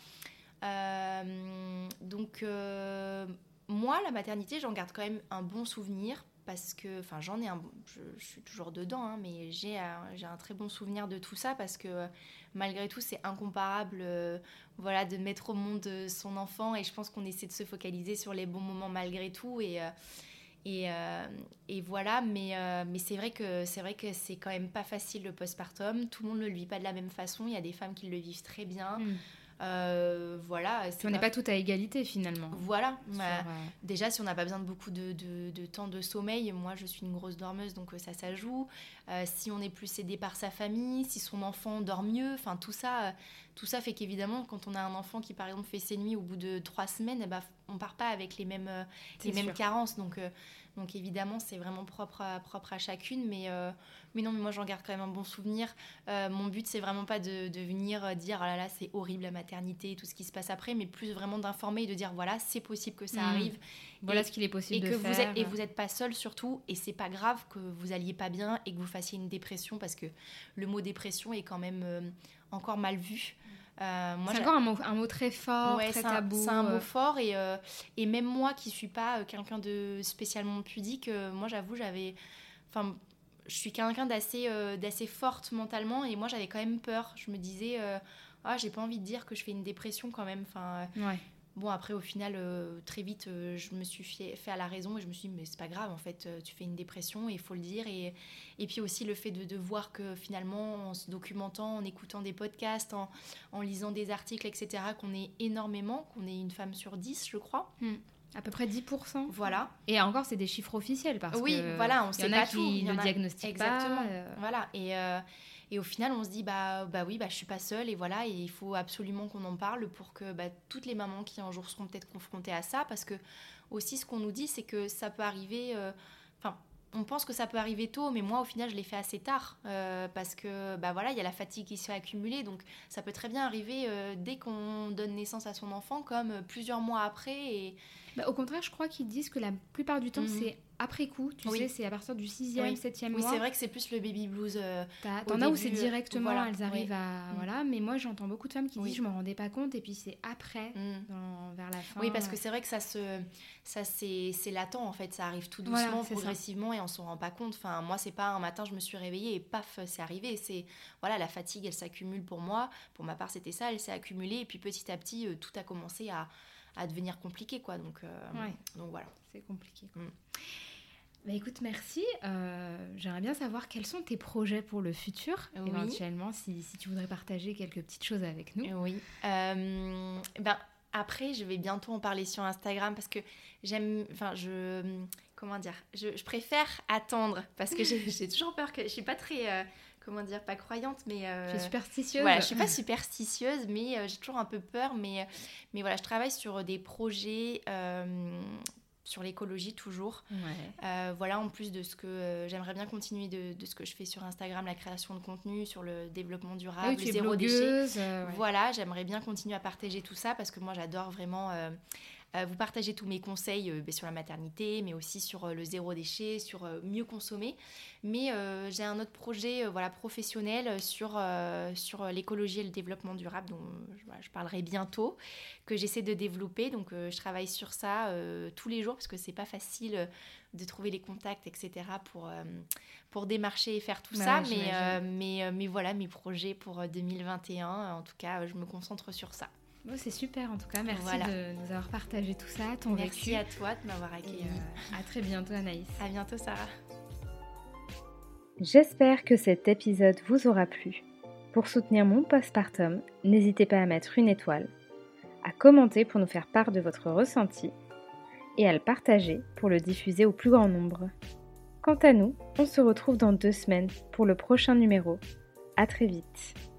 Donc, moi, la maternité, j'en garde quand même un bon souvenir. Parce que, enfin, je suis toujours dedans, hein, mais j'ai un très bon souvenir de tout ça parce que malgré tout, c'est incomparable, voilà, de mettre au monde son enfant, et je pense qu'on essaie de se focaliser sur les bons moments malgré tout, et voilà, mais c'est vrai que c'est quand même pas facile le postpartum. Tout le monde ne le vit pas de la même façon. Il y a des femmes qui le vivent très bien. Voilà, on n'est pas tout à égalité finalement. Voilà, déjà si on n'a pas besoin de beaucoup de temps de sommeil, moi je suis une grosse dormeuse, donc ça joue. Si on est plus aidé par sa famille, si son enfant dort mieux, enfin tout ça fait qu'évidemment quand on a un enfant qui par exemple fait ses nuits au bout de 3 semaines, on part pas avec les mêmes carences, donc évidemment c'est vraiment propre à chacune, mais non, mais moi j'en garde quand même un bon souvenir. Mon but c'est vraiment pas de venir dire ah là là c'est horrible la maternité, tout ce qui se passe après, mais plus vraiment d'informer et de dire voilà c'est possible que ça arrive, voilà ce qu'il est possible de faire, et vous êtes pas seul surtout, et c'est pas grave que vous alliez pas bien et que vous fassiez une dépression, parce que le mot dépression est quand même encore mal vu. C'est encore un mot très fort, très tabou. C'est un mot fort, et même moi qui suis pas quelqu'un de spécialement pudique, moi j'avoue je suis quelqu'un d'assez forte mentalement, et moi j'avais quand même peur. Je me disais j'ai pas envie de dire que je fais une dépression quand même. Bon, après au final très vite je me suis fait à la raison, et je me suis dit mais c'est pas grave en fait, tu fais une dépression et il faut le dire, et puis aussi le fait de voir que finalement en se documentant, en écoutant des podcasts, en lisant des articles, etc., qu'on est une femme sur 10 je crois. À peu près 10%. Voilà. Et encore, c'est des chiffres officiels, parce que voilà, on sait pas tout. Il y en a qui ne le diagnostiquent exactement. pas. Voilà. Et au final, on se dit oui, je suis pas seule, et voilà, et il faut absolument qu'on en parle pour que toutes les mamans qui un jour seront peut-être confrontées à ça, parce que aussi ce qu'on nous dit, c'est que ça peut arriver. On pense que ça peut arriver tôt, mais moi au final je l'ai fait assez tard, parce que voilà, il y a la fatigue qui se fait accumuler, donc ça peut très bien arriver dès qu'on donne naissance à son enfant, comme plusieurs mois après. Et au contraire, je crois qu'ils disent que la plupart du temps c'est après coup, tu sais, c'est à partir du 6e, 7e mois. Oui, c'est vrai que c'est plus le baby blues. T'en as où c'est directement, voilà, elles arrivent à... Voilà, mais moi j'entends beaucoup de femmes qui disent je m'en rendais pas compte, et puis c'est après, vers la fin. Oui, parce que c'est vrai que ça c'est latent en fait, ça arrive tout doucement, voilà, progressivement, et on s'en rend pas compte. Enfin, moi c'est pas un matin je me suis réveillée et paf, c'est arrivé. C'est, voilà, la fatigue elle s'accumule pour moi. Pour ma part c'était ça, elle s'est accumulée, et puis petit à petit tout a commencé à devenir compliqué, quoi. Donc voilà. C'est compliqué, quoi. Écoute, merci. J'aimerais bien savoir quels sont tes projets pour le futur, éventuellement, si tu voudrais partager quelques petites choses avec nous. Oui. Après, je vais bientôt en parler sur Instagram, parce que je préfère attendre, parce que j'ai toujours peur que... Je suis pas très... pas croyante, mais... Je suis superstitieuse. Voilà, je suis pas superstitieuse, mais j'ai toujours un peu peur. Mais voilà, je travaille sur des projets... sur l'écologie toujours. Voilà, en plus de ce que j'aimerais bien continuer de ce que je fais sur Instagram, la création de contenu, sur le développement durable, le zéro déchet. Voilà, j'aimerais bien continuer à partager tout ça, parce que moi j'adore vraiment vous partager tous mes conseils sur la maternité, mais aussi sur le zéro déchet, sur mieux consommer. Mais j'ai un autre projet professionnel sur l'écologie et le développement durable, dont je parlerai bientôt, que j'essaie de développer. Donc je travaille sur ça tous les jours, parce que c'est pas facile de trouver les contacts, etc. pour démarcher et faire tout ça. Mais voilà, mes projets pour 2021, en tout cas, je me concentre sur ça. Bon, c'est super, en tout cas. Merci de nous avoir partagé tout ça, ton vécu. Merci à toi de m'avoir accueilli. À très bientôt, Anaïs. À bientôt, Sarah. J'espère que cet épisode vous aura plu. Pour soutenir mon postpartum, n'hésitez pas à mettre une étoile, à commenter pour nous faire part de votre ressenti, et à le partager pour le diffuser au plus grand nombre. Quant à nous, on se retrouve dans 2 semaines pour le prochain numéro. À très vite.